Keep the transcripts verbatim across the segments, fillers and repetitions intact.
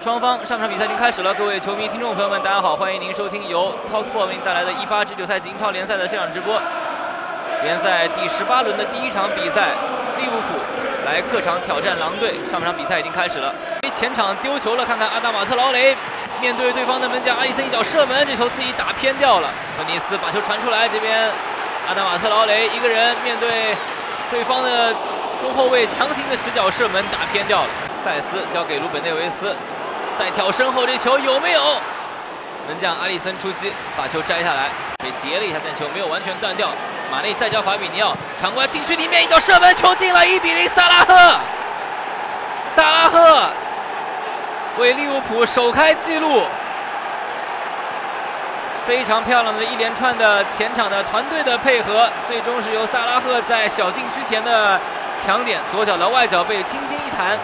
双方上场比赛已经开始了，各位球迷、听众朋友们，大家好，欢迎您收听由 Talksport 为您带来的一八至九赛季英超联赛的现场直播。联赛第十八轮的第一场比赛，利物浦来客场挑战狼队。上半场比赛已经开始了，前场丢球了，看看阿达马特劳雷面对对方的门将阿里森一脚射门，这球自己打偏掉了。芬尼斯把球传出来，这边阿达马特劳雷一个人面对对方的中后卫强行的起脚射门，打偏掉了。塞斯交给鲁本内维斯。 再挑身后这球有没有？门将阿里森出击，把球摘下来，被截了一下，但球没有完全断掉。马内再交法比尼奥，传过来禁区里面一脚射门，球进了，一比零。萨拉赫，萨拉赫为利物浦首开纪录，非常漂亮的一连串的前场的团队的配合，最终是由萨拉赫在小禁区前的抢点，左脚的外脚被轻轻一弹。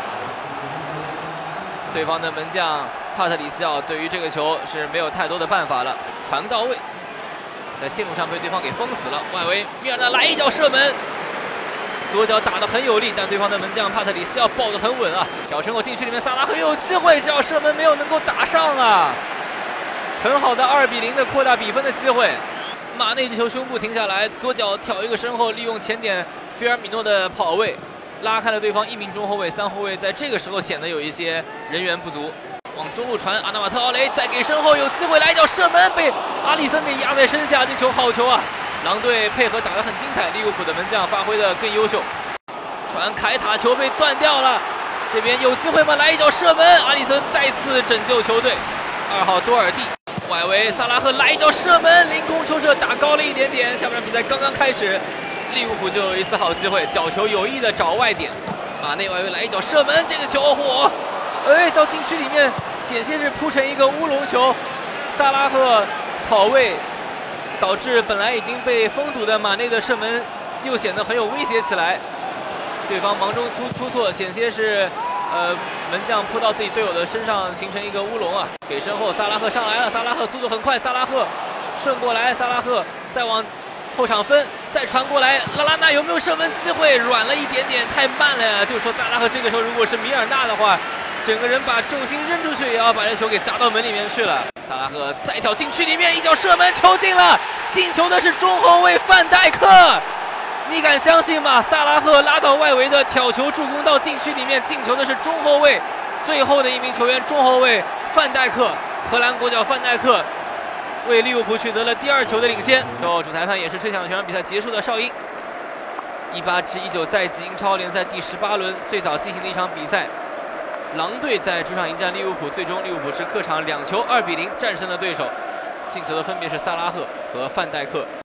对方的门将帕特里西奥对于这个球是没有太多的办法了，传到位，在线路上被对方给封死了。外围米尔纳来一脚射门，左脚打得很有力，但对方的门将帕特里西奥抱得很稳啊。挑身后禁区里面，萨拉赫又有机会，这脚射门没有能够打上啊。很好的二比零的扩大比分的机会。马内这球胸部停下来，左脚挑一个身后，利用前点菲尔米诺的跑位。 拉开了对方一名中后卫，三后卫在这个时候显得有一些人员不足，往中路传，阿纳马特奥雷再给身后有机会来一脚射门，被阿里森给压在身下，这球好球啊！狼队配合打得很精彩，利物浦的门将发挥得更优秀。传凯塔球被断掉了，这边有机会吗？来一脚射门，阿里森再次拯救球队。二号多尔蒂外围萨拉赫来一脚射门，凌空抽射打高了一点点。下半场比赛刚刚开始。 利物浦就有一次好机会，角球有意的找外点，马内外围来一脚射门，这个球火，哎，到禁区里面险些是扑成一个乌龙球，萨拉赫跑位，导致本来已经被封堵的马内的射门又显得很有威胁起来，对方忙中出出错，险些是呃门将扑到自己队友的身上，形成一个乌龙啊！给身后萨拉赫上来了，萨拉赫速度很快，萨拉赫顺过来，萨拉赫再往。 后场分，再传过来，拉拉纳有没有射门机会？软了一点点，太慢了呀！就说萨拉赫这个时候如果是米尔纳的话，整个人把重心扔出去，也要把这球给砸到门里面去了。萨拉赫再挑禁区里面一脚射门，球进了！进球的是中后卫范戴克，你敢相信吗？萨拉赫拉到外围的挑球助攻到禁区里面，进球的是中后卫，最后的一名球员中后卫范戴克，荷兰国脚范戴克。 为利物浦取得了第二球的领先。最后，主裁判也是吹响了全场比赛结束的哨音。一八至一九赛季英超联赛第十八轮最早进行的一场比赛，狼队在主场迎战利物浦，最终利物浦是客场两球二比零战胜了对手，进球的分别是萨拉赫和范戴克。